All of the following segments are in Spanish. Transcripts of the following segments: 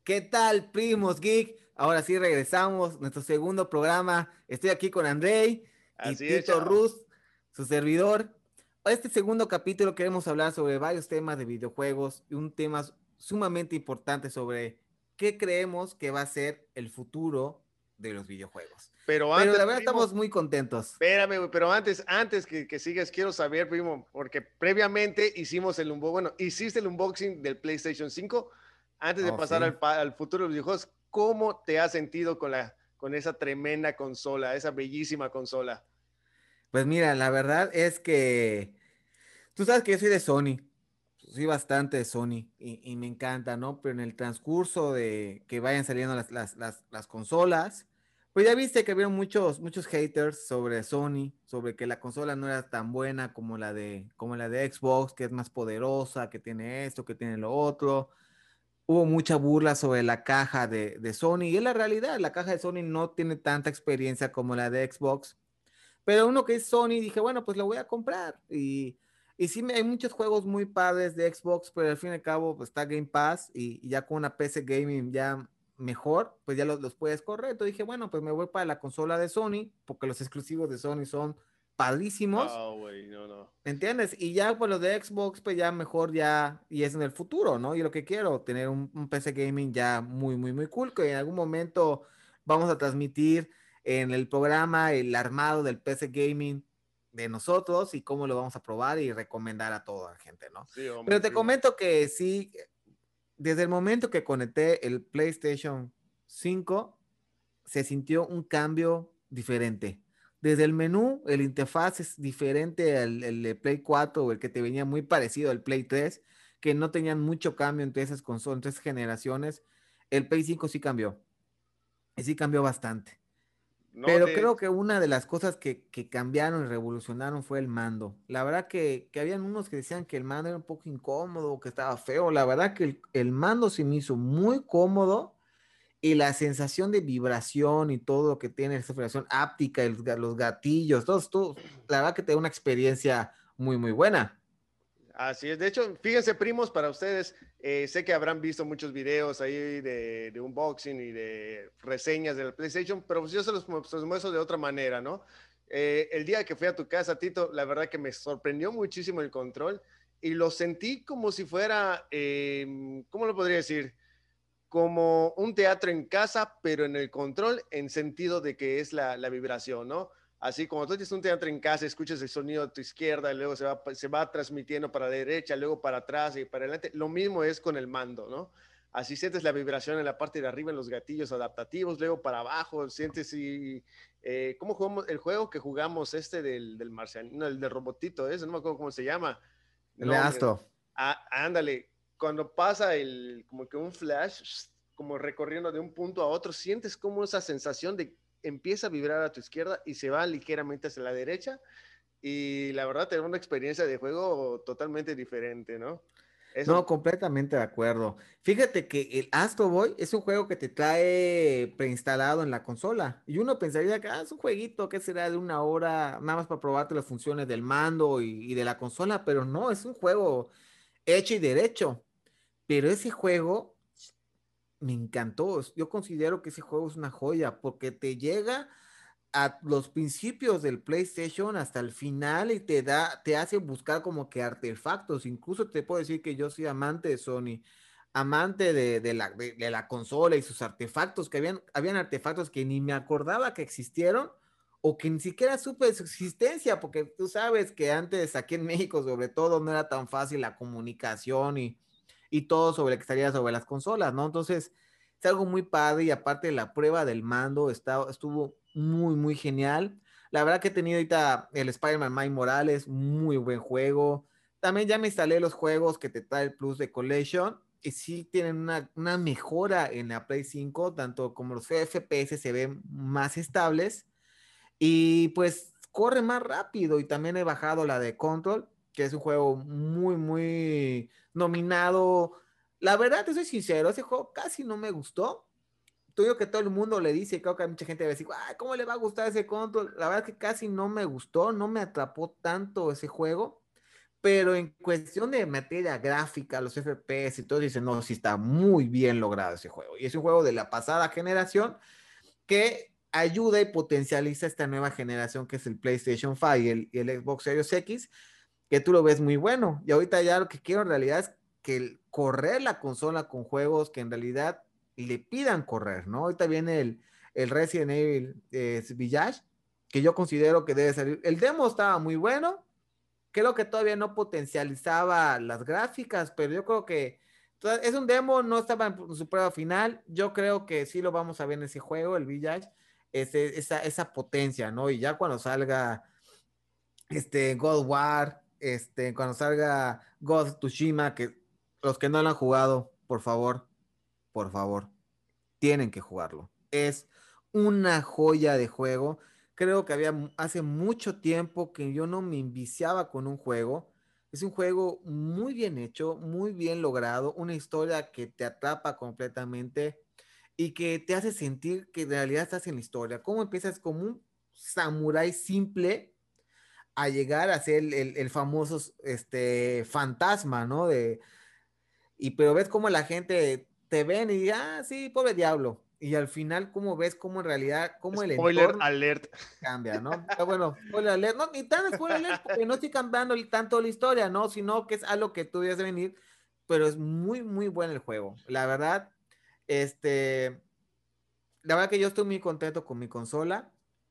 ¿Qué tal, primos geek? Ahora sí regresamos, nuestro segundo programa. Estoy aquí con Andrei y Así es, Tito chao. Ruz, su servidor. Este segundo capítulo queremos hablar sobre varios temas de videojuegos y un tema sumamente importante sobre qué creemos que va a ser el futuro de los videojuegos. Pero Pero antes, la verdad estamos primo, muy contentos. espérame, güey, pero antes que sigas, quiero saber, primo, porque previamente hicimos hiciste el unboxing del PlayStation 5. Antes de Oh, pasar sí. al futuro de los videojuegos, ¿cómo te has sentido con esa tremenda consola, esa bellísima consola? Pues mira, la verdad es que tú sabes que yo soy de Sony. Sí, bastante de Sony y me encanta, ¿no? Pero en el transcurso de que vayan saliendo las consolas, pues ya viste que había muchos haters sobre Sony, sobre que la consola no era tan buena como la de Xbox, que es más poderosa, que tiene esto, que tiene lo otro. Hubo mucha burla sobre la caja de Sony y es la realidad, la caja de Sony no tiene tanta experiencia como la de Xbox. Pero uno que es Sony, dije, bueno, pues lo voy a comprar. Y sí, hay muchos juegos muy padres de Xbox, pero al fin y al cabo pues, está Game Pass y ya con una PC Gaming ya mejor, pues ya los puedes correr. Entonces dije, bueno, pues me voy para la consola de Sony, porque los exclusivos de Sony son padrísimos, Ah, güey, no, no. ¿entiendes? Y ya pues los de Xbox, pues ya mejor ya, y es en el futuro, ¿no? Y lo que quiero, tener un PC Gaming ya muy cool, que en algún momento vamos a transmitir en el programa el armado del PC Gaming de nosotros y cómo lo vamos a probar y recomendar a toda la gente, ¿no? Sí, hombre, Pero te primo. comento que sí, desde el momento que conecté el PlayStation 5 se sintió un cambio diferente. Desde el menú, el interfaz es diferente al el de Play 4 o el que te venía muy parecido al Play 3, que no tenían mucho cambio entre esas consolas, entre esas generaciones. El Play 5 sí cambió, y sí cambió bastante. No, Pero creo que una de las cosas que cambiaron y revolucionaron fue el mando. La verdad que habían unos que decían que el mando era un poco incómodo, que estaba feo. La verdad que el mando se me hizo muy cómodo y la sensación de vibración y todo lo que tiene esa vibración áptica, los gatillos, todo, la verdad que te da una experiencia muy buena. así es. De hecho, fíjense, primos, para ustedes, sé que habrán visto muchos videos ahí de unboxing y de reseñas del PlayStation, pero pues yo se los muestro de otra manera, ¿no? El día que fui a tu casa, Tito, la verdad que me sorprendió muchísimo el control y lo sentí como si fuera, ¿cómo lo podría decir? Como un teatro en casa, pero en el control, en sentido de que es la vibración, ¿no? Así como tú tienes un teatro en casa, escuchas el sonido a tu izquierda, y luego se va transmitiendo para la derecha, luego para atrás y para adelante. Lo mismo es con el mando, ¿no? Así sientes la vibración en la parte de arriba, en los gatillos adaptativos, luego para abajo, sientes y... ¿Cómo jugamos? El juego que jugamos este del marcianino, el del robotito, ese, no me acuerdo cómo se llama. El de No, hombre, Astro. ándale, cuando pasa como que un flash, como recorriendo de un punto a otro, sientes como esa sensación de empieza a vibrar a tu izquierda y se va ligeramente hacia la derecha. Y la verdad, te da una experiencia de juego totalmente diferente, ¿no? No, Eso, completamente de acuerdo. Fíjate que el Astro Boy es un juego que te trae preinstalado en la consola. Y uno pensaría que es un jueguito que será de una hora, nada más para probarte las funciones del mando y de la consola, pero no, es un juego hecho y derecho. Pero ese juego me encantó. Yo considero que ese juego es una joya porque te llega a los principios del PlayStation hasta el final y te hace buscar como que artefactos. Incluso te puedo decir que yo soy amante de Sony, amante de la consola y sus artefactos, que habían artefactos que ni me acordaba que existieron o que ni siquiera supe de su existencia, porque tú sabes que antes aquí en México sobre todo no era tan fácil la comunicación y todo sobre que estaría sobre las consolas, ¿no? Entonces es algo muy padre y aparte la prueba del mando estuvo muy genial. La verdad que he tenido ahorita el Spider-Man Miles Morales, muy buen juego. También ya me instalé los juegos que te trae el Plus de Collection y sí tienen una mejora en la Play 5, tanto como los FPS se ven más estables y pues corre más rápido y también he bajado la de Control, que es un juego muy nominado. La verdad, te soy sincero, ese juego casi no me gustó. Tuyo que todo el mundo le dice, creo que hay mucha gente que va a decir, "Ay, ¿cómo le va a gustar ese Control?" La verdad que casi no me gustó, no me atrapó tanto ese juego, pero en cuestión de materia gráfica, los FPS y todo, dicen, no, sí está muy bien logrado ese juego. Y es un juego de la pasada generación que ayuda y potencializa esta nueva generación que es el PlayStation 5 y el Xbox Series X, que tú lo ves muy bueno. Y ahorita ya lo que quiero en realidad es que correr la consola con juegos que en realidad le pidan correr, ¿no? Ahorita viene el Resident Evil Village, que yo considero que debe salir. El demo estaba muy bueno, creo que todavía no potencializaba las gráficas, pero yo creo que es un demo, no estaba en su prueba final. Yo creo que sí lo vamos a ver en ese juego, el Village, esa potencia, ¿no? Y ya cuando salga God War, cuando salga God Tsushima, que los que no lo han jugado, por favor, tienen que jugarlo. Es una joya de juego. Creo que hace mucho tiempo que yo no me enviciaba con un juego. Es un juego muy bien hecho, muy bien logrado, una historia que te atrapa completamente y que te hace sentir que en realidad estás en la historia. ¿Cómo empiezas como un samurái simple a llegar a ser el famoso fantasma, ¿no? Pero ves cómo la gente te ven y, sí, pobre diablo. Y al final, cómo ves cómo en realidad, cómo el Spoiler entorno alert. cambia, ¿no? Pero bueno, spoiler alert, no, ni tan spoiler alert, porque no estoy cambiando tanto la historia, ¿no? Sino que es algo que tú debes de venir, pero es muy, muy bueno el juego. La verdad, este, la verdad que yo estoy muy contento con mi consola.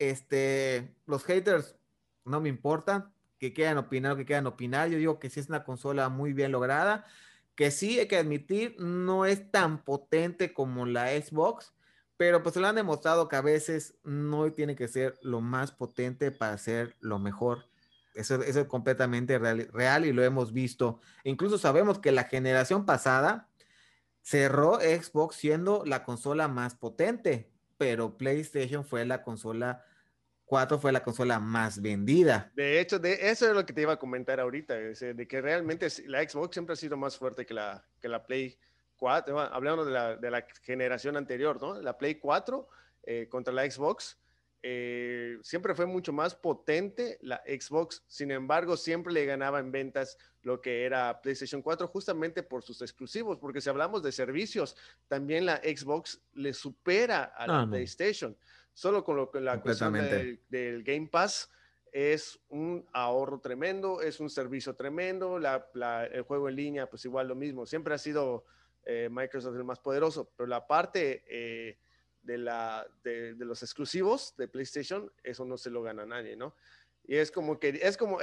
Los haters no me importan, que quieran opinar o que quieran opinar. Yo digo que sí es una consola muy bien lograda, que sí hay que admitir, no es tan potente como la Xbox, pero pues se lo han demostrado que a veces no tiene que ser lo más potente para ser lo mejor. Eso es completamente real y lo hemos visto. Incluso sabemos que la generación pasada cerró Xbox siendo la consola más potente, pero PlayStation fue la consola 4 fue la consola más vendida. De hecho, de eso es lo que te iba a comentar ahorita, de que realmente la Xbox siempre ha sido más fuerte que la Play 4, hablando de la generación anterior, ¿no? La Play 4 contra la Xbox, siempre fue mucho más potente la Xbox, sin embargo, siempre le ganaba en ventas lo que era PlayStation 4, justamente por sus exclusivos, porque si hablamos de servicios, también la Xbox le supera a la No, no, PlayStation, solo con lo que la cuestión completamente. del Game Pass es un ahorro tremendo, es un servicio tremendo, el juego en línea, pues igual lo mismo, siempre ha sido Microsoft el más poderoso, pero la parte de los exclusivos de PlayStation, eso no se lo gana a nadie, ¿no? Y es como que,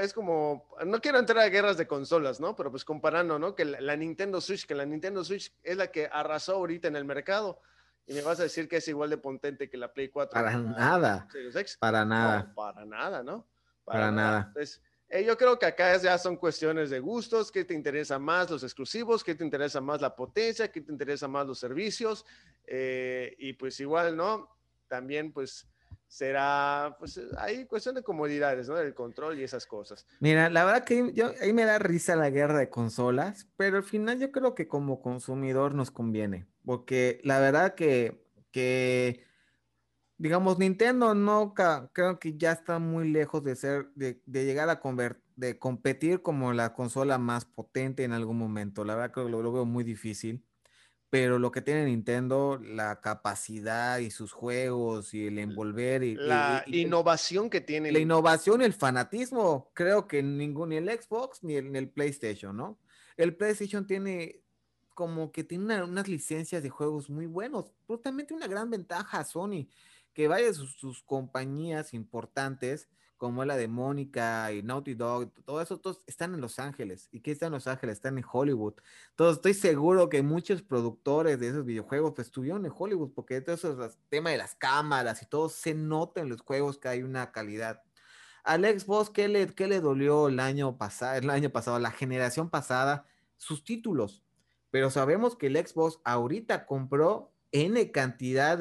no quiero entrar a guerras de consolas, ¿no? Pero pues comparando, ¿no? Que la Nintendo Switch, que la Nintendo Switch es la que arrasó ahorita en el mercado. Y me vas a decir que es igual de potente que la Play 4 Para o la nada, Series X. para No, nada, para nada, ¿no? Para para nada. nada. Entonces, yo creo que acá ya son cuestiones de gustos, qué te interesa más los exclusivos, qué te interesa más la potencia, qué te interesa más los servicios, y pues igual, ¿no? También pues será, pues hay cuestión de comodidades, ¿no? El control y esas cosas. Mira, la verdad que ahí me da risa la guerra de consolas, pero al final yo creo que como consumidor nos conviene, porque la verdad que digamos, Nintendo no creo que ya está muy lejos de de llegar de competir como la consola más potente en algún momento. La verdad que lo veo muy difícil. Pero lo que tiene Nintendo, la capacidad y sus juegos y el envolver La innovación que tiene la Nintendo. innovación y el fanatismo, creo que ni el Xbox ni el PlayStation, ¿no? El PlayStation tiene como que tiene unas licencias de juegos muy buenos, pero también tiene una gran ventaja a Sony, que varias de sus compañías importantes, como la de Mónica y Naughty Dog, todo eso, todos están en Los Ángeles. ¿Y qué están en Los Ángeles? Están en Hollywood. Entonces, estoy seguro que muchos productores de esos videojuegos pues, estuvieron en Hollywood, porque todo eso, el tema de las cámaras y todo, se nota en los juegos que hay una calidad. Al Xbox, qué le dolió el año pasado, la generación pasada, sus títulos? Pero sabemos que el Xbox ahorita compró N cantidad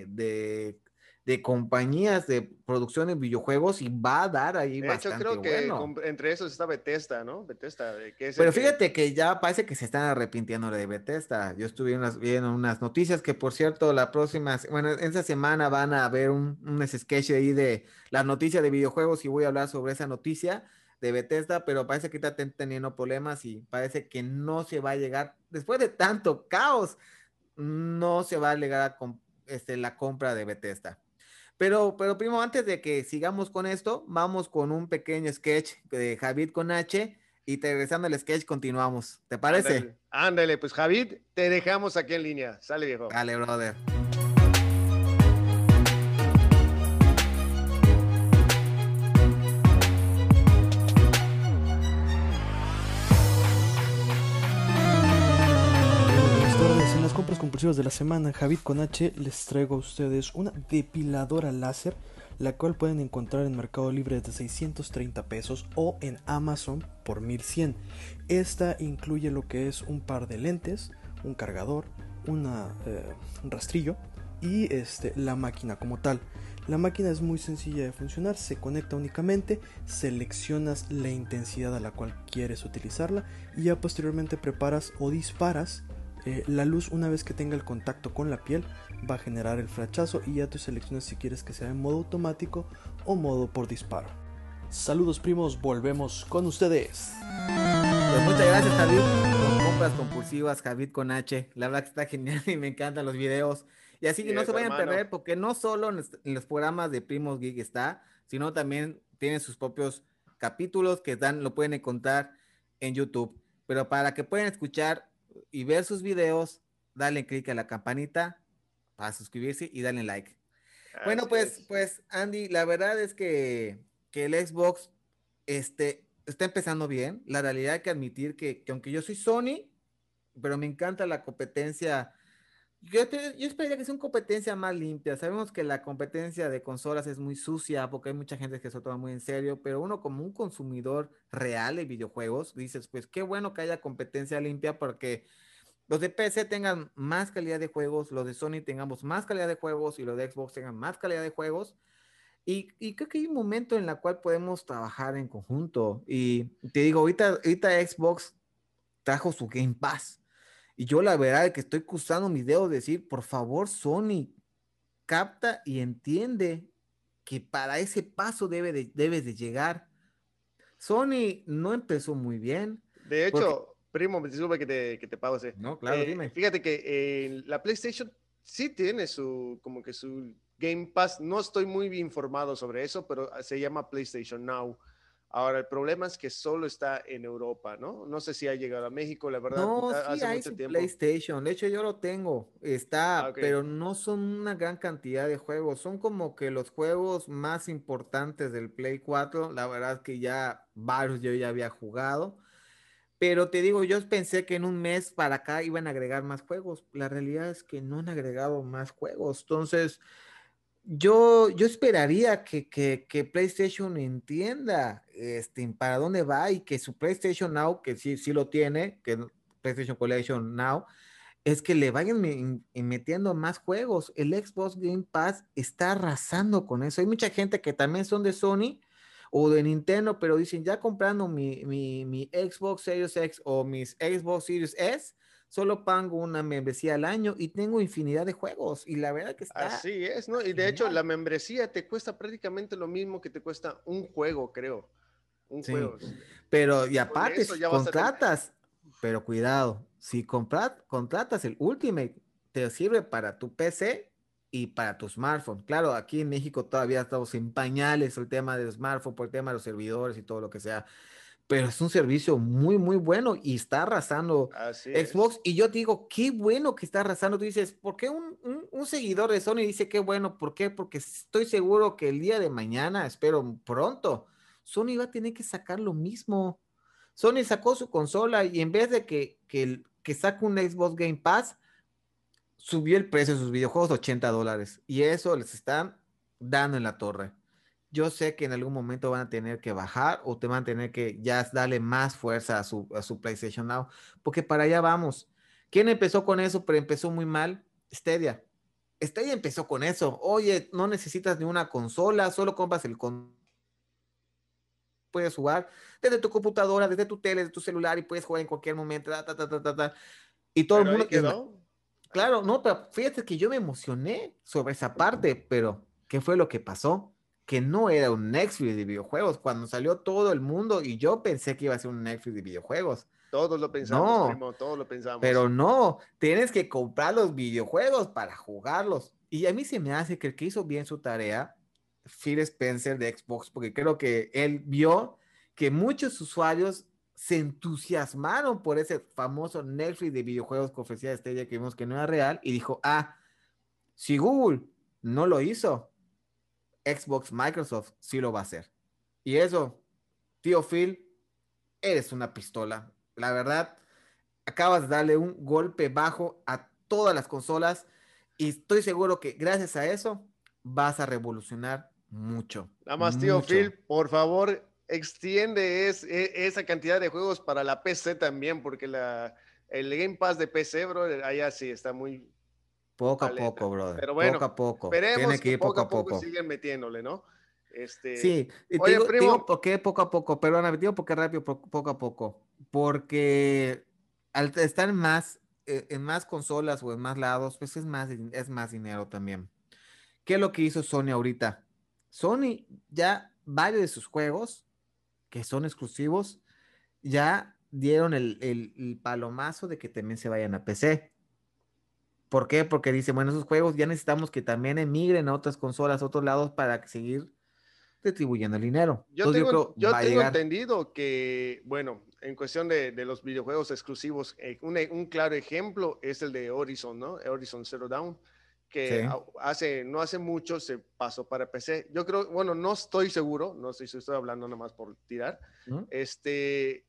de compañías de producción de videojuegos y va a dar ahí De hecho, bastante creo que bueno. entre esos está Bethesda, ¿no? Bethesda, que es el Pero que... fíjate que ya parece que se están arrepintiendo de Bethesda. Yo estuve viendo unas noticias que, por cierto, bueno, esta semana van a haber unos sketch ahí de las noticias de videojuegos y voy a hablar sobre esa noticia de Bethesda, pero parece que está teniendo problemas y parece que no se va a llegar, después de tanto caos, no se va a llegar a la compra de Bethesda. Pero primo, antes de que sigamos con esto, vamos con un pequeño sketch de Javid con H y regresando al sketch continuamos. ¿Te parece? Ándale, ándale, pues Javid, te dejamos aquí en línea. Sale, viejo. Dale, brother. Buenas tardes. En las compras compulsivas de la semana, Javid con H les traigo a ustedes una depiladora láser, la cual pueden encontrar en Mercado Libre desde 630 pesos o en Amazon por 1100. Esta incluye lo que es un par de lentes, un cargador, un rastrillo y la máquina como tal. La máquina es muy sencilla de funcionar, se conecta únicamente, seleccionas la intensidad a la cual quieres utilizarla y ya posteriormente preparas o disparas la luz. Una vez que tenga el contacto con la piel va a generar el flechazo y ya tú seleccionas si quieres que sea en modo automático o modo por disparo. Saludos primos, volvemos con ustedes. Pues muchas gracias, Javid, con compras compulsivas, Javid con H. La verdad que está genial y me encantan los videos. Y así Y que no se eso, vayan a hermano. perder, porque no solo en los programas de Primos Geek está, sino también tienen sus propios capítulos que lo pueden encontrar en YouTube. Pero para que puedan escuchar y ver sus videos, dale click a la campanita para suscribirse y dale like. Bueno, Así pues, es. pues, Andy, la verdad es que el Xbox está empezando bien. La realidad hay que admitir que aunque yo soy Sony, pero me encanta la competencia. Yo esperaría que sea una competencia más limpia. Sabemos que la competencia de consolas es muy sucia porque hay mucha gente que se lo toma muy en serio, pero uno como un consumidor real de videojuegos, dices, pues qué bueno que haya competencia limpia porque los de PC tengan más calidad de juegos, los de Sony tengamos más calidad de juegos y los de Xbox tengan más calidad de juegos. Y creo que hay un momento en el cual podemos trabajar en conjunto. Y te digo, ahorita Xbox trajo su Game Pass. Y yo la verdad es que estoy cruzando mis dedos de decir, por favor, Sony, capta y entiende que para ese paso debes de llegar. Sony no empezó muy bien, De porque, hecho, primo, me disculpa que te pause. no, claro, dime. Fíjate que la PlayStation sí tiene como que su Game Pass. No estoy muy bien informado sobre eso, pero se llama PlayStation Now. Ahora, el problema es que solo está en Europa, ¿no? No sé si ha llegado a México, la verdad, No, sí hace hay mucho su tiempo. PlayStation. De hecho, yo lo tengo. Ah, Está, ok. pero no son una gran cantidad de juegos. Son como que los juegos más importantes del Play 4. La verdad es que ya varios yo ya había jugado. Pero te digo, yo pensé que en un mes para acá iban a agregar más juegos. La realidad es que no han agregado más juegos. Entonces, yo esperaría que PlayStation entienda para dónde va y que su PlayStation Now, que sí lo tiene, que PlayStation Collection Now, es que le vayan metiendo más juegos. El Xbox Game Pass está arrasando con eso. Hay mucha gente que también son de Sony o de Nintendo, pero dicen, ya comprando mi Xbox Series X o mis Xbox Series S, solo pago una membresía al año y tengo infinidad de juegos. Y la verdad que Así es, ¿no? Y de hecho, genial. la membresía te cuesta prácticamente lo mismo que te cuesta un juego, creo. Un Sí, juego. pero y Con aparte, eso si ya vas a tener. contratas, pero cuidado, si contratas el Ultimate, te sirve para tu PC y para tu smartphone. Claro, aquí en México todavía estamos en pañales el tema del smartphone por el tema de los servidores y todo lo que sea, pero es un servicio muy, muy bueno y está arrasando Así es. Xbox. Y yo digo, qué bueno que está arrasando. Tú dices, ¿por qué un seguidor de Sony dice qué bueno? ¿Por qué? Porque estoy seguro que el día de mañana, espero pronto, Sony va a tener que sacar lo mismo. Sony sacó su consola y en vez de que saque un Xbox Game Pass, subió el precio de sus videojuegos a $80 y eso les están dando en la torre. Yo sé que en algún momento van a tener que bajar o te van a tener que ya darle más fuerza a su PlayStation Now, porque para allá vamos. ¿Quién empezó con eso, pero empezó muy mal? Stadia. Stadia empezó con eso. Oye, no necesitas ni una consola, solo compras puedes jugar desde tu computadora, desde tu tele, desde tu celular y puedes jugar en cualquier momento. Y todo el Pero ahí mundo, quedó. Ahí claro, quedó. no, pero fíjate que yo me emocioné sobre esa parte, pero ¿qué fue lo que pasó? que no era un Netflix de videojuegos. Cuando salió todo el mundo y yo pensé que iba a ser un Netflix de videojuegos. Todos lo pensamos, No, primo, todos lo pensamos. pero no, tienes que comprar los videojuegos para jugarlos. Y a mí se me hace que el que hizo bien su tarea, Phil Spencer de Xbox, porque creo que él vio que muchos usuarios se entusiasmaron por ese famoso Netflix de videojuegos que ofrecía Stadia que vimos que no era real y dijo, ah, si Google no lo hizo, Xbox, Microsoft sí lo va a hacer. Y eso, tío Phil, eres una pistola. La verdad, acabas de darle un golpe bajo a todas las consolas y estoy seguro que gracias a eso vas a revolucionar mucho, Nada más, tío mucho. Phil, por favor, extiende esa cantidad de juegos para la PC también, porque el Game Pass de PC, bro, allá sí está muy Poco a paleta. poco, brother, Pero poco bueno, a poco. Tiene esperemos que que ir poco poco a a poco poco. siguen metiéndole, ¿no? Sí, y Oye, te digo primo, por qué poco a poco, perdóname, te digo por qué rápido, poco a poco. Porque al estar en más consolas o en más lados, pues es más dinero también. ¿Qué es lo que hizo Sony ahorita? Sony ya varios de sus juegos que son exclusivos ya dieron el palomazo de que también se vayan a PC. ¿Por qué? Porque dice, bueno, esos juegos ya necesitamos que también emigren a otras consolas, a otros lados para seguir distribuyendo el dinero. Entonces yo creo yo va a tengo llegar. entendido que, bueno, en cuestión de los videojuegos exclusivos, un claro ejemplo es el de Horizon, ¿no? Horizon Zero Dawn, que Sí. no hace mucho se pasó para PC. Yo creo, bueno, no estoy seguro, no sé si estoy hablando nomás por tirar. ¿No? Este,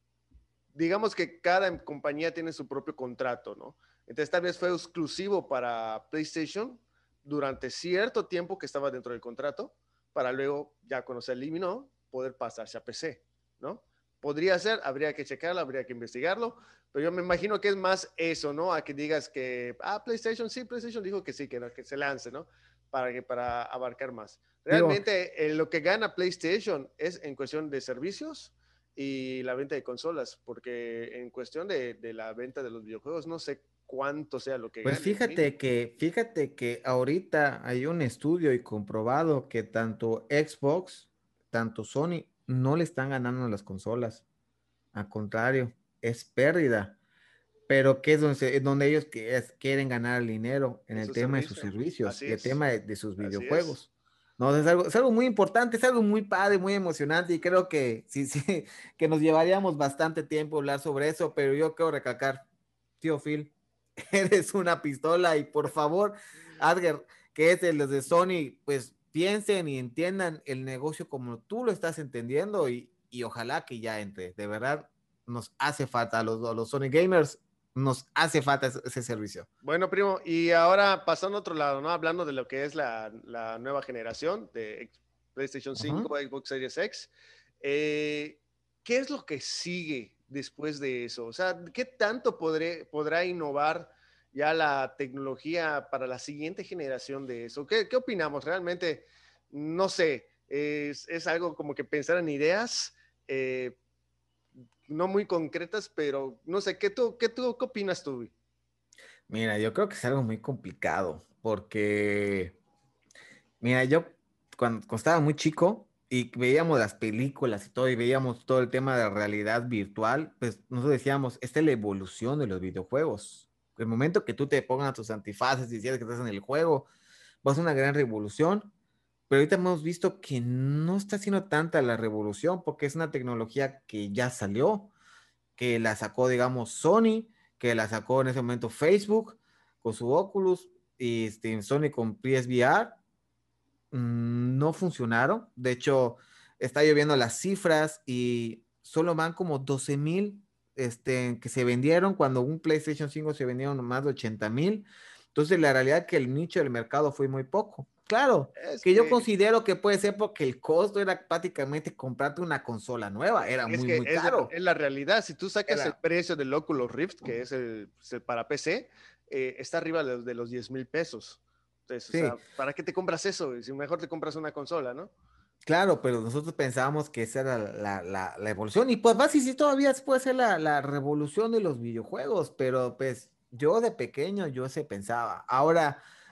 digamos que cada compañía tiene su propio contrato, ¿no? Entonces tal vez fue exclusivo para PlayStation durante cierto tiempo que estaba dentro del contrato, para luego, ya cuando se eliminó, poder pasarse a PC, ¿no? Podría ser, habría que checarlo, habría que investigarlo, pero yo me imagino que es más eso, ¿no? A que digas que, PlayStation, sí, PlayStation dijo que sí, que se lance, ¿no? Para abarcar más. Digo, Realmente lo que gana PlayStation es en cuestión de servicios y la venta de consolas, porque en cuestión de la venta de los videojuegos, no sé cuánto sea lo que pues gane, mínimo. fíjate que ahorita hay un estudio y comprobado que tanto Xbox, tanto Sony no le están ganando a las consolas. Al contrario, es pérdida. Pero ¿qué es donde ellos quieren ganar el dinero? En En el su tema de sus servicio. servicios Así y el es, tema de sus así es. videojuegos. No, es algo muy importante, es algo muy padre, muy emocionante y creo que sí, sí, que nos llevaríamos bastante tiempo hablar sobre eso, pero yo quiero recalcar, tío Phil, eres una pistola y por favor, Adger, que es de los de Sony, pues piensen y entiendan el negocio como tú lo estás entendiendo y ojalá que ya entre. De verdad, nos hace falta a los Sony Gamers nos hace falta ese servicio. Bueno, primo, y ahora pasando a otro lado, ¿no? Hablando de lo que es la nueva generación de PlayStation Uh -huh. 5, Xbox Series X, eh, ¿qué es lo que sigue después de eso? O sea, ¿qué tanto podrá innovar ya la tecnología para la siguiente generación de eso? ¿Qué opinamos? Realmente, no sé, es algo como que pensar en ideas no muy concretas, pero no sé, ¿qué opinas tú? Mira, yo creo que es algo muy complicado porque, mira, yo cuando estaba muy chico y veíamos las películas y todo y veíamos todo el tema de la realidad virtual, pues nosotros decíamos, esta es la evolución de los videojuegos. El momento que tú te pongas tus antifaces y sientes que estás en el juego, va a ser una gran revolución, pero ahorita hemos visto que no está siendo tanta la revolución porque es una tecnología que ya salió, que la sacó, digamos, Sony, que la sacó en ese momento Facebook con su Oculus y Sony con PSVR, no funcionaron. De hecho, está lloviendo las cifras y solo van como 12,000 que se vendieron cuando un PlayStation 5 se vendieron más de 80,000. Entonces, la realidad es que el nicho del mercado fue muy poco. Claro, Es que yo que considero que puede ser porque el costo era prácticamente comprarte una consola nueva, era Es muy, que muy caro. es la realidad. Si tú sacas el Era, precio del Oculus Rift, que es para PC, está arriba de los 10,000 pesos. Entonces, o sea, sí, ¿para qué te compras eso? Si mejor te compras una consola, ¿no? claro, pero nosotros pensábamos que esa era la evolución. Y pues va, sí, sí, todavía puede ser la revolución de los videojuegos, pero pues yo de pequeño yo se pensaba. Ahora,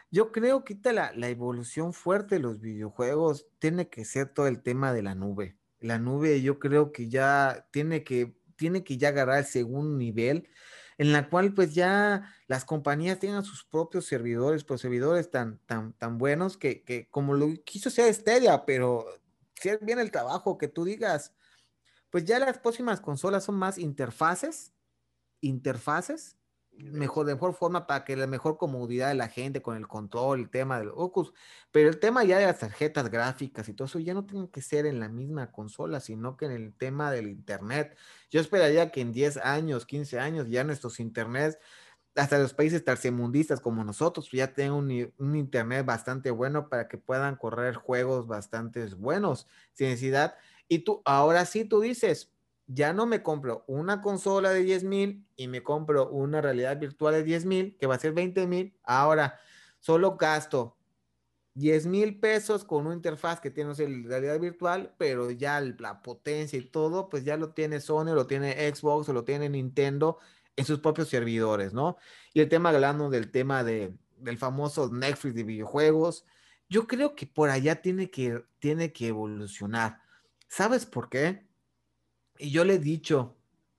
Yo creo que ahorita la evolución fuerte de los videojuegos tiene que ser todo el tema de la nube. La nube yo creo que ya tiene que ya agarrar el segundo nivel, en la cual pues ya las compañías tengan sus propios servidores, pero servidores tan buenos que como lo quiso sea Stadia, pero si es bien el trabajo que tú digas, pues ya las próximas consolas son más interfaces, mejor, de mejor forma para que la mejor comodidad de la gente con el control, el tema del Oculus, pero el tema ya de las tarjetas gráficas y todo eso ya no tiene que ser en la misma consola, sino que en el tema del internet. Yo esperaría que en 10 años, 15 años ya nuestros internets, hasta los países tercermundistas como nosotros, ya tengan un internet bastante bueno para que puedan correr juegos bastante buenos, sin necesidad. Y tú, ahora sí tú dices, ya no me compro una consola de 10,000 y me compro una realidad virtual de 10,000, que va a ser 20,000. Ahora solo gasto 10,000 pesos con una interfaz que tiene, no sé, realidad virtual, pero ya la potencia y todo, pues ya lo tiene Sony, lo tiene Xbox o lo tiene Nintendo en sus propios servidores, ¿no? Y el tema, hablando del tema del famoso Netflix de videojuegos, yo creo que por allá tiene que evolucionar. ¿Sabes por qué? Y yo le he dicho,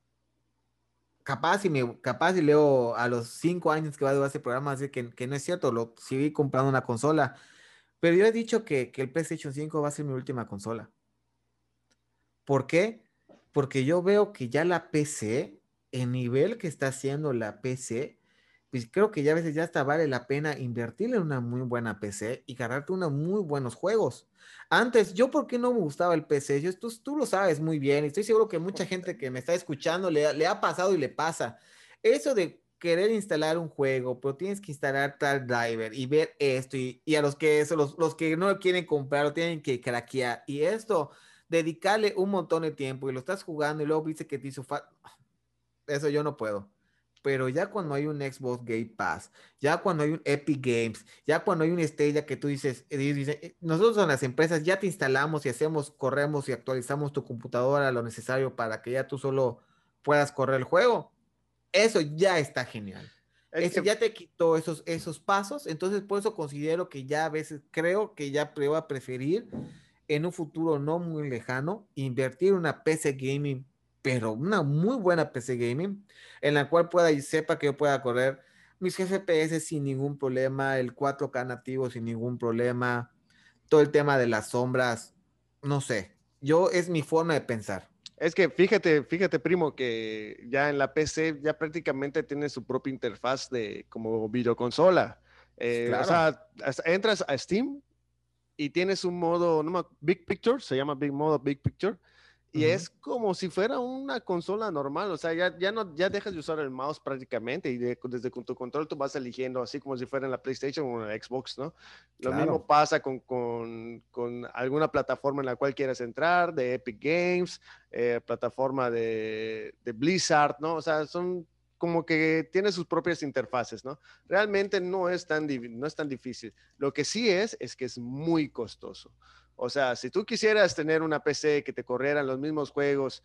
capaz y leo a los 5 años que va a durar ese programa, así que no es cierto, lo seguí comprando una consola. Pero yo he dicho que el PlayStation 5 va a ser mi última consola. ¿Por qué? Porque yo veo que ya la PC, el nivel que está haciendo la PC, pues creo que ya a veces ya hasta vale la pena invertirle en una muy buena PC y ganarte unos muy buenos juegos. Antes, yo por qué no me gustaba el PC, tú lo sabes muy bien y estoy seguro que mucha gente que me está escuchando le ha pasado y le pasa. Eso de querer instalar un juego, pero tienes que instalar tal driver y ver esto y a los que no lo quieren comprar lo tienen que craquear y esto dedicarle un montón de tiempo y lo estás jugando y luego viste que te hizo falta. Eso yo no puedo. Pero ya cuando hay un Xbox Game Pass, ya cuando hay un Epic Games, ya cuando hay un Stadia que tú dices, nosotros en las empresas ya te instalamos y hacemos, corremos y actualizamos tu computadora lo necesario para que ya tú solo puedas correr el juego. Eso ya está genial. Es Eso que ya te quitó esos pasos, entonces por eso considero que ya a veces creo que ya voy a preferir en un futuro no muy lejano, invertir en una PC gaming, pero una muy buena PC gaming, en la cual pueda y sepa que yo pueda correr mis FPS sin ningún problema, el 4K nativo sin ningún problema, todo el tema de las sombras, no sé, es mi forma de pensar. Es que fíjate, primo, que ya en la PC ya prácticamente tiene su propia interfaz de como videoconsola. O Claro. sea, entras a Steam y tienes un modo, no, Big Picture, se llama modo Big Picture, y Ujú. es como si fuera una consola normal, o sea, ya no, ya dejas de usar el mouse prácticamente y desde con tu control tú vas eligiendo así como si fuera en la PlayStation o en la Xbox, ¿no? Lo mismo Claro. pasa con alguna plataforma en la cual quieras entrar, de Epic Games, plataforma de Blizzard, ¿no? O sea, son como que tiene sus propias interfaces, ¿no? Realmente no es tan difícil. Lo que sí es que es muy costoso. O sea, si tú quisieras tener una PC que te corrieran los mismos juegos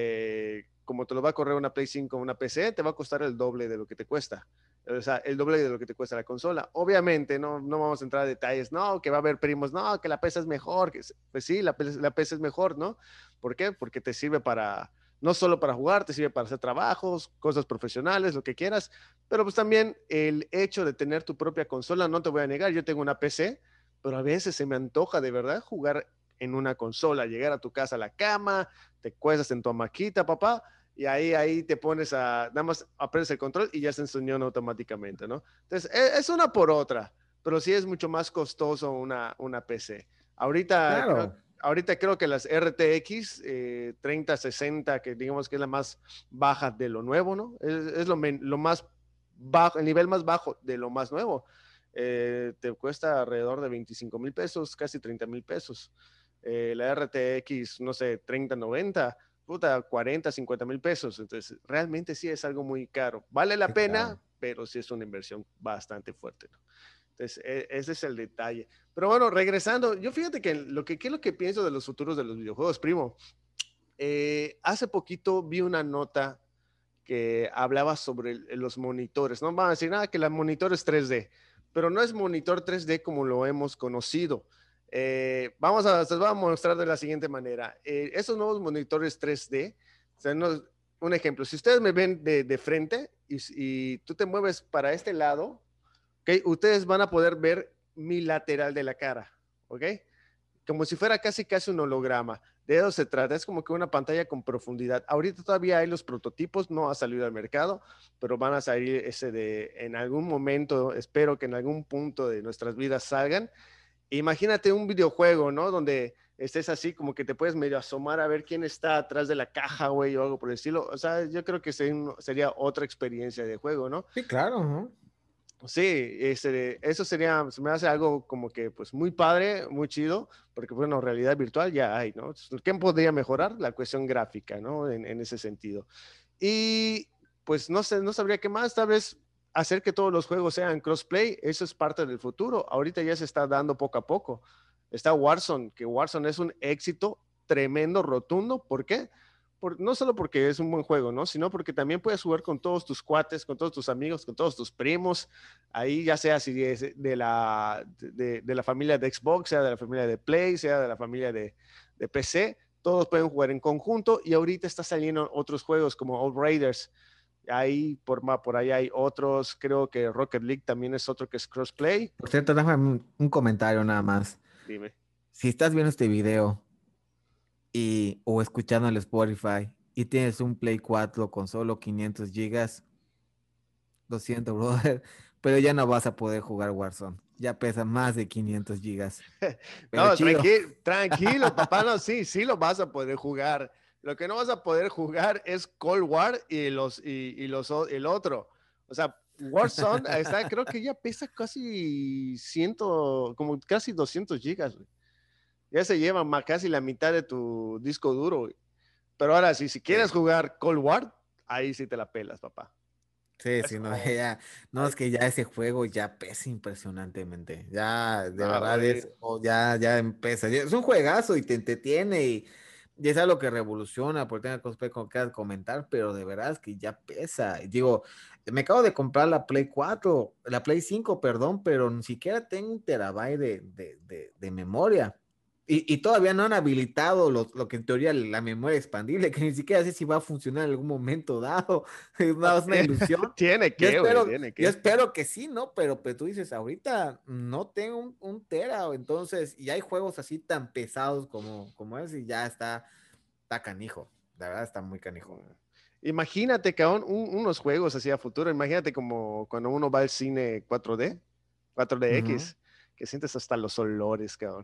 como te lo va a correr una Play 5 o una PC, te va a costar el doble de lo que te cuesta. O sea, el doble de lo que te cuesta la consola. Obviamente, no vamos a entrar a detalles, no, que va a haber primos, no, que la PC es mejor. Pues sí, la PC es mejor, ¿no? ¿Por qué? Porque te sirve para, no solo para jugar, te sirve para hacer trabajos, cosas profesionales, lo que quieras, pero pues también el hecho de tener tu propia consola, no te voy a negar, yo tengo una PC, pero a veces se me antoja de verdad jugar en una consola, llegar a tu casa a la cama, te cuestas en tu hamaquita, papá, y ahí te pones nada más aprendes el control y ya se enseñó automáticamente, ¿no? Entonces, es una por otra, pero sí es mucho más costoso una PC. Ahorita creo, Claro. ahorita creo que las RTX 3060, que digamos que es la más baja de lo nuevo, ¿no? Es lo más bajo, el nivel más bajo de lo más nuevo. Te cuesta alrededor de 25,000 pesos, casi 30,000 pesos. La RTX, no sé, 3090, puta, 40, 50,000 pesos. Entonces, realmente sí es algo muy caro. Vale la Sí, claro. pena, pero sí es una inversión bastante fuerte, ¿no? Entonces, ese es el detalle. Pero bueno, regresando, yo fíjate que ¿qué es lo que pienso de los futuros de los videojuegos, primo? Hace poquito vi una nota que hablaba sobre los monitores, ¿no? Van a decir, nada, que los monitores 3D, pero no es monitor 3D como lo hemos conocido. Se los voy a mostrar de la siguiente manera. Estos nuevos monitores 3D, o sea, un ejemplo, si ustedes me ven de frente y tú te mueves para este lado, ¿okay? Ustedes van a poder ver mi lateral de la cara, ¿ok? Como si fuera casi un holograma. De eso se trata, es como que una pantalla con profundidad. Ahorita todavía hay los prototipos, no ha salido al mercado, pero van a salir en algún momento, espero que en algún punto de nuestras vidas salgan. Imagínate un videojuego, ¿no? Donde estés así, como que te puedes medio asomar a ver quién está atrás de la caja, güey, o algo por el estilo. O sea, yo creo que sería otra experiencia de juego, ¿no? Sí, claro, ¿no? Sí, eso sería, se me hace algo como que pues muy padre, muy chido, porque bueno, realidad virtual ya hay, ¿no? ¿Qué podría mejorar? La cuestión gráfica, ¿no? En ese sentido. Y pues no sé, no sabría qué más, tal vez hacer que todos los juegos sean crossplay, eso es parte del futuro. Ahorita ya se está dando poco a poco. Está Warzone, que Warzone es un éxito tremendo, rotundo. ¿Por qué? No solo porque es un buen juego, ¿no? Sino porque también puedes jugar con todos tus cuates, con todos tus amigos, con todos tus primos. Ahí ya sea si es de la familia de Xbox, sea de la familia de Play, sea de la familia de PC, todos pueden jugar en conjunto y ahorita está saliendo otros juegos como Outriders. Ahí por ahí hay otros, creo que Rocket League también es otro que es crossplay. Por cierto, déjame un comentario nada más. Dime. Si estás viendo este video o escuchando el Spotify y tienes un Play 4 con solo 500 gigas, lo siento, brother, pero ya no vas a poder jugar Warzone. Ya pesa más de 500 gigas. Pero No, chido. tranquilo, papá, no, sí lo vas a poder jugar. Lo que no vas a poder jugar es Cold War el otro. O sea, Warzone está, creo que ya pesa casi como casi 200 gigas, güey. Ya se lleva casi la mitad de tu disco duro, güey. Pero ahora sí, si quieres Sí, jugar Cold War, ahí sí te la pelas, papá. sí, Es sí, no, como, ya, no, ay, es que ya ese juego ya pesa impresionantemente. Ya, de no, verdad güey. ya empieza. Es un juegazo y te entretiene y es algo que revoluciona, porque tengo cosas que comentar, pero de verdad es que ya pesa. Y digo, me acabo de comprar la Play 4, la Play 5, perdón, pero ni siquiera tengo un terabyte de memoria. Y todavía no han habilitado lo que en teoría la memoria expandible, que ni siquiera sé si va a funcionar en algún momento dado. Es una ilusión. Tiene Yo que, güey, espero, tiene yo que. espero que sí, ¿no? Pero tú dices, ahorita no tengo un tera, entonces, y hay juegos así tan pesados como ese, y ya está canijo. La verdad está muy canijo. Imagínate, cabrón, unos juegos así a futuro. Imagínate como cuando uno va al cine 4D, Ujú. 4DX, que sientes hasta los olores, cabrón.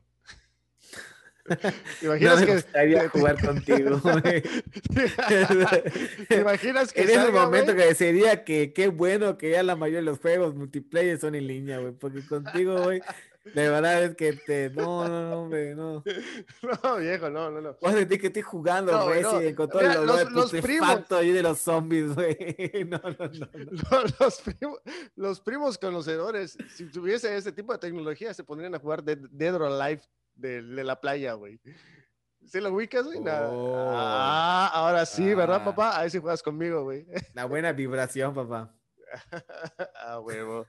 ¿Te No imaginas me que gustaría jugar contigo, güey. te imaginas que En ese salga, momento güey? que sería que qué bueno que ya la mayoría de los juegos multiplayer son en línea, güey, porque contigo, güey, de verdad es que no, hombre, no. No, viejo, no. Vas a sentir que estoy jugando No, güey, no. Resident con todo el Mira, olor de los primos, putrefacto ahí de los zombies, güey. No. los primos conocedores, si tuviese ese tipo de tecnología, se pondrían a jugar Dead or Alive de la playa, güey. ¿Sí lo ubicas, güey? Nada. Oh, Ah, ahora sí, ¿verdad, ah, papá? Ahí sí juegas conmigo, güey. la buena vibración, papá. Ah, huevo.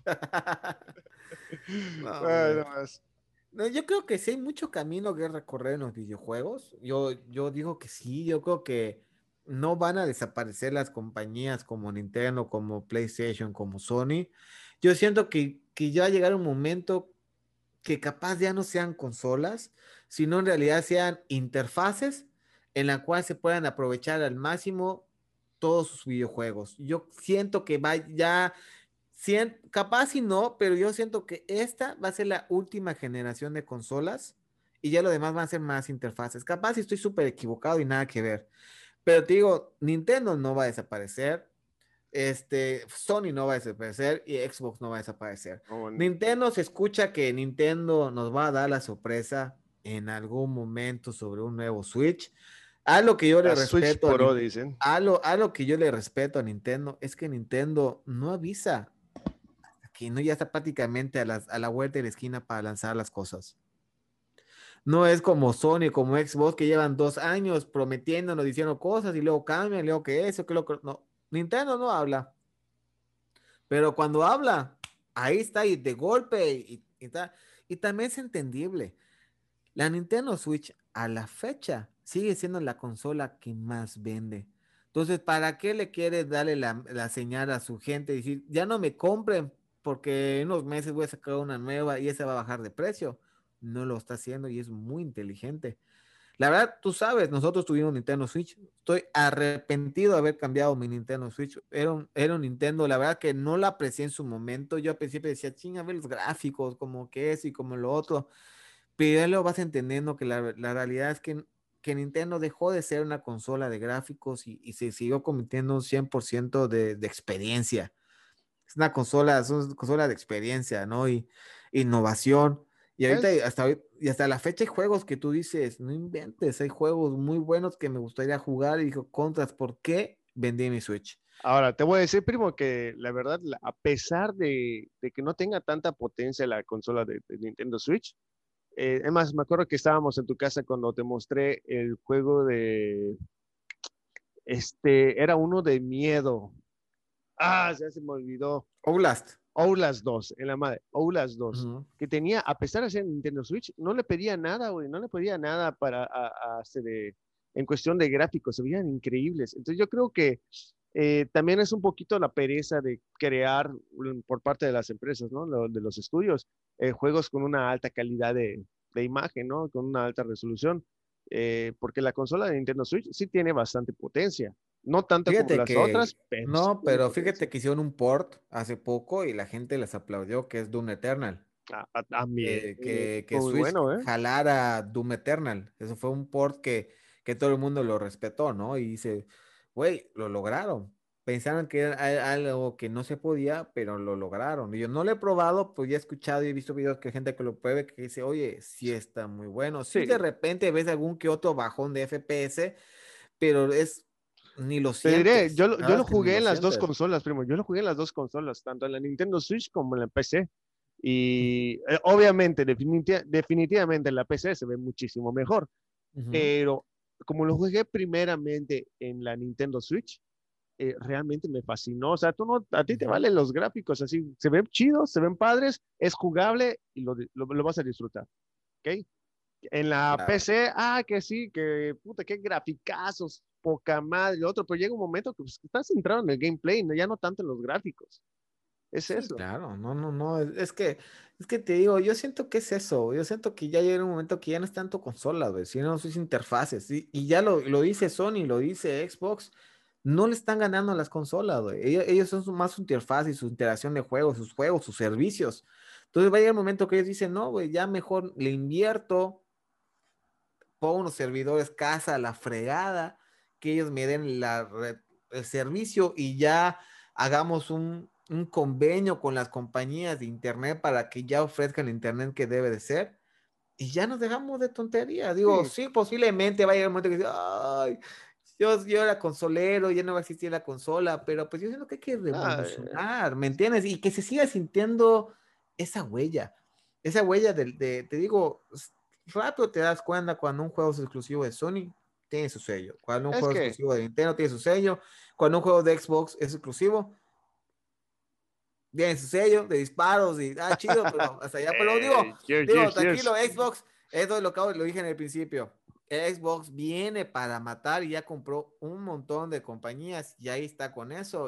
No, Ay, no hombre. más. No, yo creo que sí hay mucho camino que recorrer en los videojuegos. Yo digo que sí, yo creo que no van a desaparecer las compañías como Nintendo, como PlayStation, como Sony. Yo siento que ya va a llegar un momento que capaz ya no sean consolas, sino en realidad sean interfaces en la cual se puedan aprovechar al máximo todos sus videojuegos. Yo siento que va ya capaz y no, pero yo siento que esta va a ser la última generación de consolas y ya lo demás van a ser más interfaces. Capaz y estoy súper equivocado y nada que ver. Pero te digo, Nintendo no va a desaparecer. Sony no va a desaparecer y Xbox no va a desaparecer. Oh, Nintendo se escucha que Nintendo nos va a dar la sorpresa en algún momento sobre un nuevo Switch. A lo que yo le la Switch respeto a Pro, Nintendo, dicen. a lo que yo le respeto a Nintendo es que Nintendo no avisa que no ya está prácticamente a la vuelta de la esquina para lanzar las cosas. No es como Sony, como Xbox, que llevan 2 años prometiéndonos, diciendo cosas y luego cambian, luego que eso, que lo que... No, Nintendo no habla, pero cuando habla, ahí está, y de golpe, y tal. Y también es entendible. La Nintendo Switch a la fecha sigue siendo la consola que más vende. Entonces, ¿para qué le quiere darle la señal a su gente y decir, ya no me compren porque en unos meses voy a sacar una nueva y esa va a bajar de precio? No lo está haciendo y es muy inteligente. La verdad, tú sabes, nosotros tuvimos Nintendo Switch. Estoy arrepentido de haber cambiado mi Nintendo Switch. Era un Nintendo, la verdad que no la aprecié en su momento. Yo al principio decía, chinga, a ver los gráficos, como que es y como lo otro. Pero ya lo vas entendiendo que la realidad es que Nintendo dejó de ser una consola de gráficos y se siguió convirtiendo un 100% de experiencia. Es una consola de experiencia, ¿no? Y innovación. Y ahorita, Es, y hasta la fecha hay juegos que tú dices, no inventes, hay juegos muy buenos que me gustaría jugar y dijo, contras, ¿por qué vendí mi Switch? ahora, te voy a decir, primo, que la verdad, a pesar de que no tenga tanta potencia la consola de Nintendo Switch, es más, me acuerdo que estábamos en tu casa cuando te mostré el juego era uno de miedo. Ya se me olvidó. Outlast. Outlast 2, en la madre, Outlast 2, Ujú. que tenía, a pesar de ser Nintendo Switch, no le pedía nada, güey, no le pedía nada en cuestión de gráficos, se veían increíbles. Entonces yo creo que también es un poquito la pereza de crear por parte de las empresas, ¿no? De los estudios, juegos con una alta calidad de imagen, ¿no? Con una alta resolución, porque la consola de Nintendo Switch sí tiene bastante potencia, no tanto como Fíjate las otras, que, pero sí no, tiene pero potencia. fíjate que hicieron un port hace poco y la gente les aplaudió que es Doom Eternal. También, Que muy Switch bueno, ¿eh? jalara Doom Eternal. Eso fue un port que todo el mundo lo respetó, ¿no? Y dice, güey, lo lograron. Pensaron que era algo que no se podía, pero lo lograron. Y yo no lo he probado, pues ya he escuchado y he visto videos que hay gente que lo pruebe que dice, oye, sí está muy bueno. Sí, de Sí, repente ves algún que otro bajón de FPS, pero ni lo te diré, sientes. La yo verdad lo es que ni jugué lo en las dos sientes. consolas, primo, yo lo jugué en las dos consolas, tanto en la Nintendo Switch como en la PC. Y obviamente, definitivamente en la PC se ve muchísimo mejor, Ujú. pero como lo jugué primeramente en la Nintendo Switch, realmente me fascinó. O sea, a ti te Ujú. valen los gráficos, así se ven chidos, se ven padres, es jugable y lo vas a disfrutar, ¿ok? En la Claro. PC, que sí, que puta, qué graficazos, poca madre, lo otro, pero llega un momento que pues, estás centrado en el gameplay, ¿no? Ya no tanto en los gráficos. Es Sí, eso. claro, no, no, no, es que te digo, yo siento que es eso, yo siento que ya llega un momento que ya no es tanto consolas, güey, sino sus interfaces, y ya lo dice Sony, lo dice Xbox, no le están ganando a las consolas, güey, ellos son más su interfaz y su interacción de juegos, sus servicios, entonces va a llegar el momento que ellos dicen, no, güey, ya mejor le invierto, pongo unos servidores casa a la fregada, que ellos me den el servicio y ya hagamos un convenio con las compañías de internet para que ya ofrezcan el internet que debe de ser. Y ya nos dejamos de tonterías. Digo, Sí, sí, posiblemente va a llegar un momento que dice, ay, yo era consolero, ya no va a existir la consola, pero pues yo siento que hay que nada, revolucionar, ¿me entiendes? Y que se siga sintiendo esa huella te digo, rápido te das cuenta cuando un juego es exclusivo de Sony, tiene su sello, cuando un es juego es que, exclusivo de Nintendo, tiene su sello, cuando un juego de Xbox es exclusivo, tiene su sello de disparos y, chido, pero hasta allá, pero digo, cheers, digo, cheers, cheers. tranquilo, Xbox, eso es lo dije en el principio. Xbox viene para matar y ya compró un montón de compañías y ahí está con eso.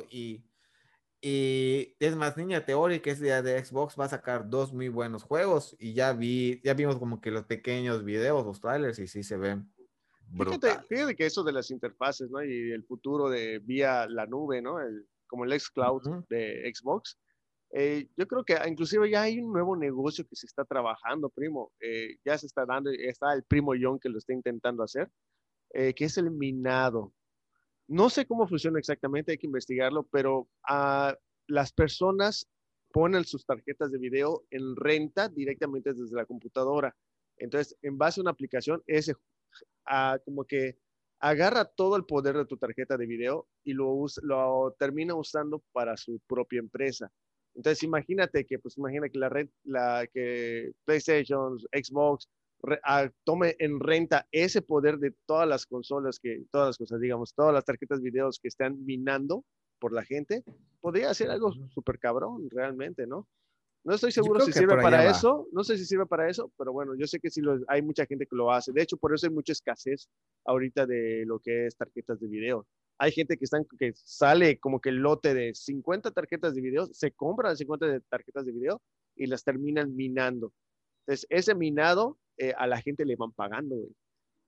Y es más, Niña Teórica, que es de Xbox, va a sacar dos muy buenos juegos. Y ya vimos como que los pequeños videos, los trailers, y sí se ven brutales. Fíjate que eso de las interfaces, ¿no? Y el futuro de vía la nube, ¿no? Como el xCloud Ujú. de Xbox. Yo creo que inclusive ya hay un nuevo negocio que se está trabajando, primo. Ya se está dando, está el primo John que lo está intentando hacer, que es el minado. No sé cómo funciona exactamente, hay que investigarlo, pero las personas ponen sus tarjetas de video en renta directamente desde la computadora. Entonces, en base a una aplicación, como que agarra todo el poder de tu tarjeta de video y lo termina usando para su propia empresa. Entonces, imagina que que PlayStation, Xbox, tome en renta ese poder de todas las cosas, digamos, todas las tarjetas videos que están minando por la gente, podría ser algo súper cabrón, realmente, ¿no? No estoy Yo seguro creo si que sirve por allá para va. eso, no sé si sirve para eso, pero bueno, yo sé que sí hay mucha gente que lo hace. De hecho, por eso hay mucha escasez ahorita de lo que es tarjetas de video. Hay gente que sale como que el lote de 50 tarjetas de video, se compran 50 tarjetas de video y las terminan minando. Entonces, ese minado a la gente le van pagando, güey.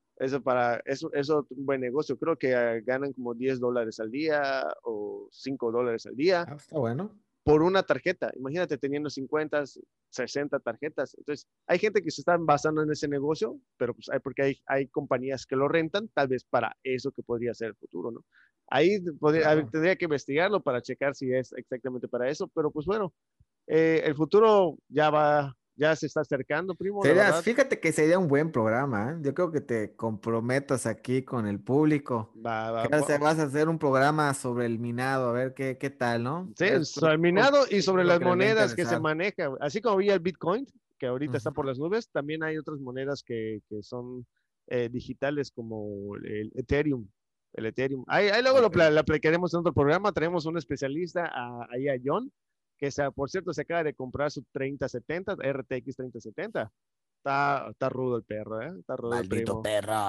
Eso es un buen negocio. Creo que ganan como $10 al día o $5 al día Ah, está bueno. por una tarjeta. Imagínate teniendo 50, 60 tarjetas. Entonces, hay gente que se está basando en ese negocio, pero pues porque hay compañías que lo rentan, tal vez para eso que podría ser el futuro, ¿no? Ahí Claro. tendría que investigarlo para checar si es exactamente para eso, pero pues bueno, el futuro ya se está acercando, primo, la Sería, verdad. fíjate que sería un buen programa, ¿eh? Yo creo que te comprometas aquí con el público. Va, va, Que vas a hacer un programa sobre el minado, a ver qué tal, ¿no? sí, sobre el minado y Estoy sobre seguro las que les va a monedas que se interesar. manejan. Así como había el Bitcoin, que ahorita está por Ujú. las nubes, también hay otras monedas que son digitales como el Ethereum. El Ethereum. Ahí luego Ok. la aplicaremos en otro programa. Traemos un especialista ahí a John, que por cierto se acaba de comprar su 3070, RTX 3070. Está rudo el perro, ¿eh? Está rudo el Maldito primo. perro.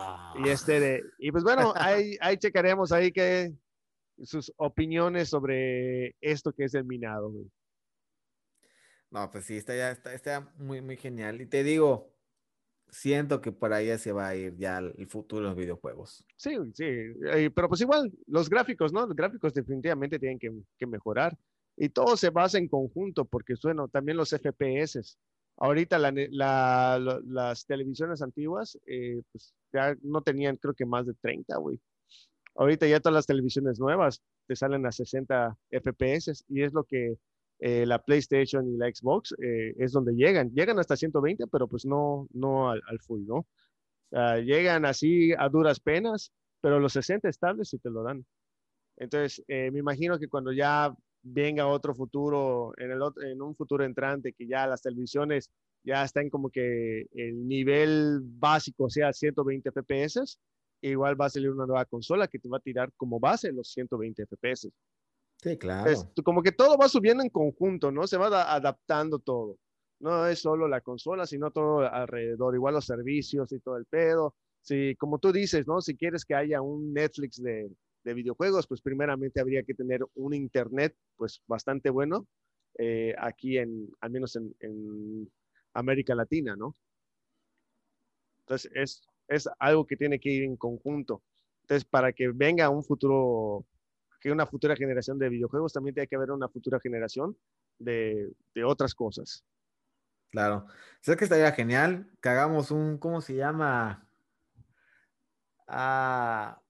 Y pues bueno, ahí checaremos ahí que sus opiniones sobre esto que es el minado, güey. No, pues sí, está muy, muy genial. Y te digo, siento que por ahí se va a ir ya el futuro de los videojuegos. Sí, sí, pero pues igual, los gráficos, ¿no? Los gráficos definitivamente tienen que mejorar y todo se basa en conjunto, porque bueno, también los FPS. Ahorita las televisiones antiguas, pues ya no tenían, creo que más de 30, güey. Ahorita ya todas las televisiones nuevas te salen a 60 FPS y es lo que la PlayStation y la Xbox es donde llegan. Llegan hasta 120, pero pues no al full, ¿no? Llegan así a duras penas, pero los 60 estables sí te lo dan. Entonces, me imagino que cuando ya venga otro futuro, en un futuro entrante, que ya las televisiones ya están como que el nivel básico sea 120 FPS, igual va a salir una nueva consola que te va a tirar como base los 120 FPS. Sí, Entonces, claro. como que todo va subiendo en conjunto, ¿no? Se va adaptando todo. No es solo la consola, sino todo alrededor, igual los servicios y todo el pedo. Sí, como tú dices, ¿no? Si quieres que haya un Netflix de videojuegos, pues primeramente habría que tener un internet, pues bastante bueno, aquí al menos en América Latina, ¿no? Entonces, es algo que tiene que ir en conjunto. Entonces, para que venga un futuro, que una futura generación de videojuegos, también tiene que haber una futura generación de otras cosas. Claro. Sé que estaría genial que hagamos ¿cómo se llama? Ah,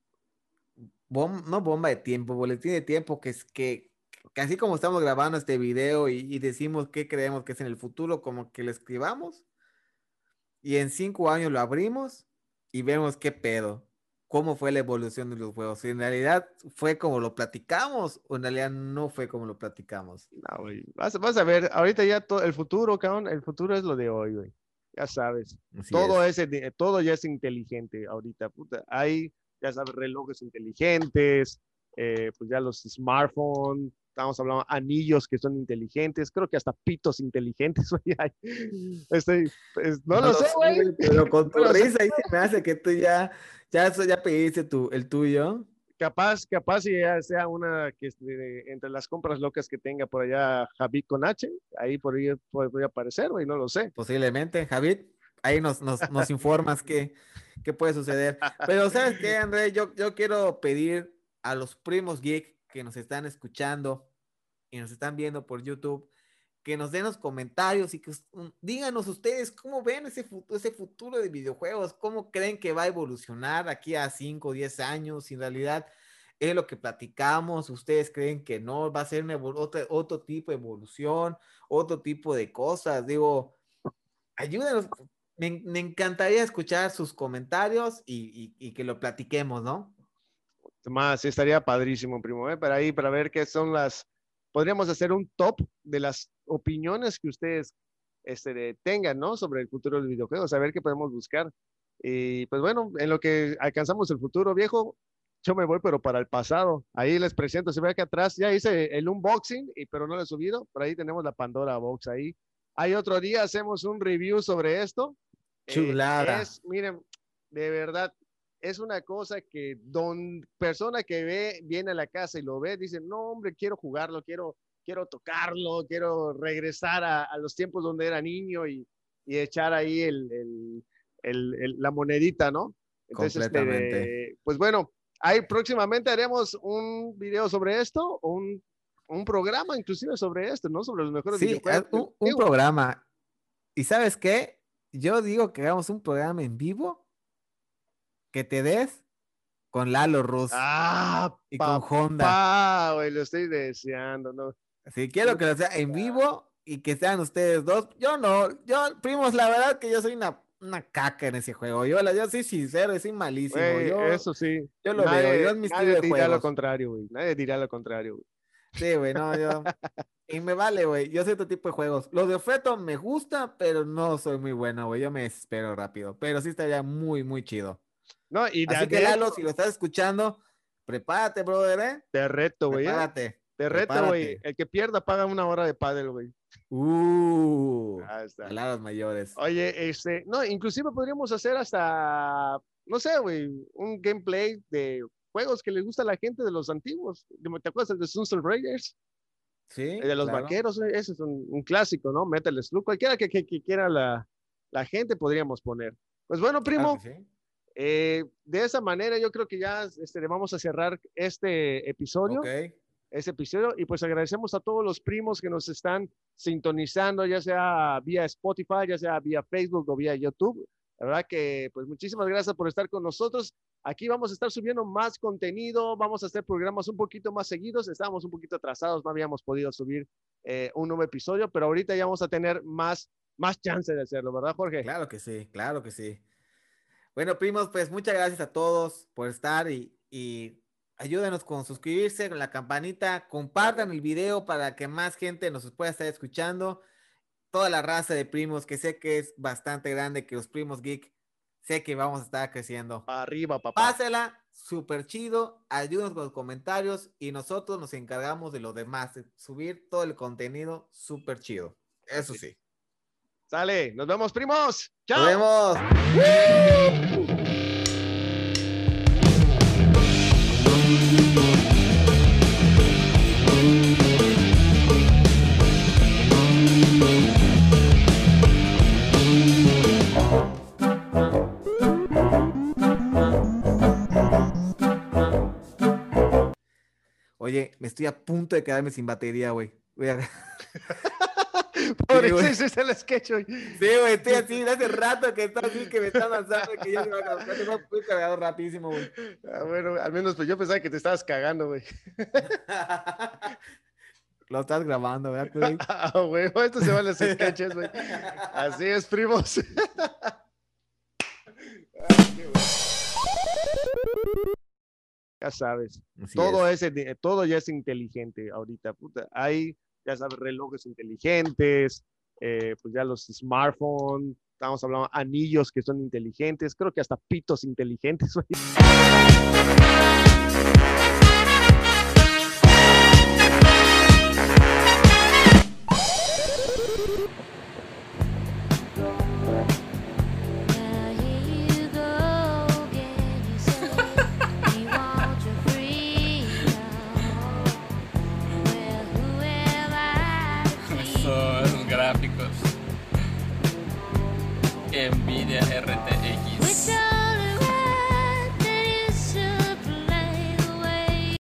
no bomba de tiempo, boletín de tiempo, que así como estamos grabando este video y decimos qué creemos que es en el futuro, como que lo escribamos y en 5 años lo abrimos y vemos qué pedo, cómo fue la evolución de los juegos. Si en realidad fue como lo platicamos o en realidad no fue como lo platicamos. No, güey. Vas a ver, ahorita ya todo, el futuro, cabrón, el futuro es lo de hoy, güey. Ya sabes. Así es. Todo ya es inteligente ahorita, puta. Hay, ya sabes, relojes inteligentes, pues ya los smartphones, estamos hablando anillos que son inteligentes, creo que hasta pitos inteligentes, güey. Pues, no No lo sé, lo sé, güey. güey, pero con No tu lo sé. risa ahí se me hace que tú ya pediste el tuyo. Capaz y ya sea una que entre las compras locas que tenga por allá Javi con H, ahí podría aparecer, güey, no lo sé. Posiblemente, Javid, ahí nos informas qué puede suceder. Pero ¿sabes qué, André? Yo quiero pedir a los primos geek que nos están escuchando y nos están viendo por YouTube, que nos den los comentarios y que díganos ustedes cómo ven ese futuro de videojuegos, cómo creen que va a evolucionar aquí a 5 o 10 años, si en realidad es lo que platicamos, ustedes creen que no, va a ser otro tipo de evolución, otro tipo de cosas, digo, ayúdenos, me encantaría escuchar sus comentarios y que lo platiquemos, ¿no? Más, estaría padrísimo, primo, para ver qué son podríamos hacer un top de las opiniones que ustedes tengan, ¿no? Sobre el futuro del videojuego, saber qué podemos buscar. Y pues bueno, en lo que alcanzamos el futuro, viejo, yo me voy, pero para el pasado. Ahí les presento, se ve que atrás ya hice el unboxing, pero no lo he subido. Por ahí tenemos la Pandora Box ahí. Hay otro día, hacemos un review sobre esto. Chulada. Miren, de verdad, es una cosa que persona que viene a la casa y lo ve, dice, no, hombre, quiero jugarlo, quiero tocarlo, quiero regresar a los tiempos donde era niño y echar ahí la monedita, ¿no? Entonces, Completamente. pues bueno, ahí próximamente haremos un video sobre esto, o un programa inclusive sobre esto, ¿no? Sobre los mejores Sí, videojuegos. un programa. ¿Y sabes qué? Yo digo que hagamos un programa en vivo que te des con Lalo Rus Ah, y con Honda. papá, güey, lo estoy deseando, ¿no? Sí, quiero que lo sea en vivo y que sean ustedes dos. Yo no, primos, la verdad que yo soy una caca en ese juego. Yo soy sincero, soy malísimo. Güey, eso sí, Yo lo veo, yo nadie, es mi estilo nadie de dirá lo juegos. contrario, güey, nadie dirá lo contrario, güey. Sí, güey, no, yo. Y me vale, güey. Yo soy otro tipo de juegos. Los de Ofreto me gusta, pero no soy muy bueno, güey. Yo me desespero rápido. Pero sí estaría muy, muy chido. No, y Así que de hecho, Lalo, si lo estás escuchando, prepárate, brother, ¿eh? te reto, güey, Prepárate. te reto, güey, Prepárate. el que pierda paga una hora de pádel, güey. Ahí está. Palabras mayores. Oye, no, inclusive podríamos hacer hasta, no sé, güey, un gameplay de juegos que les gusta a la gente de los antiguos. ¿Te acuerdas de Sunset Raiders? Sí, De los claro. vaqueros, ese es un clásico, ¿no? Metal Slug, cualquiera que quiera la gente podríamos poner. Pues bueno, Claro que primo, sí. de esa manera yo creo que ya le vamos a cerrar este Ok. episodio. Y pues agradecemos a todos los primos que nos están sintonizando, ya sea vía Spotify, ya sea vía Facebook o vía YouTube. La verdad que pues muchísimas gracias por estar con nosotros. Aquí vamos a estar subiendo más contenido, vamos a hacer programas un poquito más seguidos. Estábamos un poquito atrasados, no habíamos podido subir un nuevo episodio, pero ahorita ya vamos a tener más chance de hacerlo, ¿verdad, Jorge? Claro que sí, claro que sí. Bueno, primos, pues muchas gracias a todos por estar y ayúdenos con suscribirse, con la campanita, compartan el video para que más gente nos pueda estar escuchando. Toda la raza de primos, que sé que es bastante grande, que los primos geek, sé que vamos a estar creciendo. Arriba, papá. Pásela, súper chido, ayúdenos con los comentarios y nosotros nos encargamos de lo demás, de subir todo el contenido súper chido. Eso Así. sí. Sale, nos vemos, primos. Nos Chao. vemos. Oye, me estoy a punto de quedarme sin batería, güey. Por Sí, eso güey. ese es el sketch hoy. Sí, güey, estoy así, de hace rato que está así, que me está avanzando, que ya se va a cargar, tengo muy cargado rapidísimo, güey. Bueno, al menos pues yo pensaba que te estabas cagando, güey. Lo estás grabando, ¿verdad, güey? Güey, esto se van los sketches, güey. Así es, primos. Ya sabes, Así todo ya es inteligente ahorita, puta. Hay, ya sabes, relojes inteligentes, pues ya los smartphones, estamos hablando anillos que son inteligentes, creo que hasta pitos inteligentes, güey. Esos gráficos. Nvidia RTX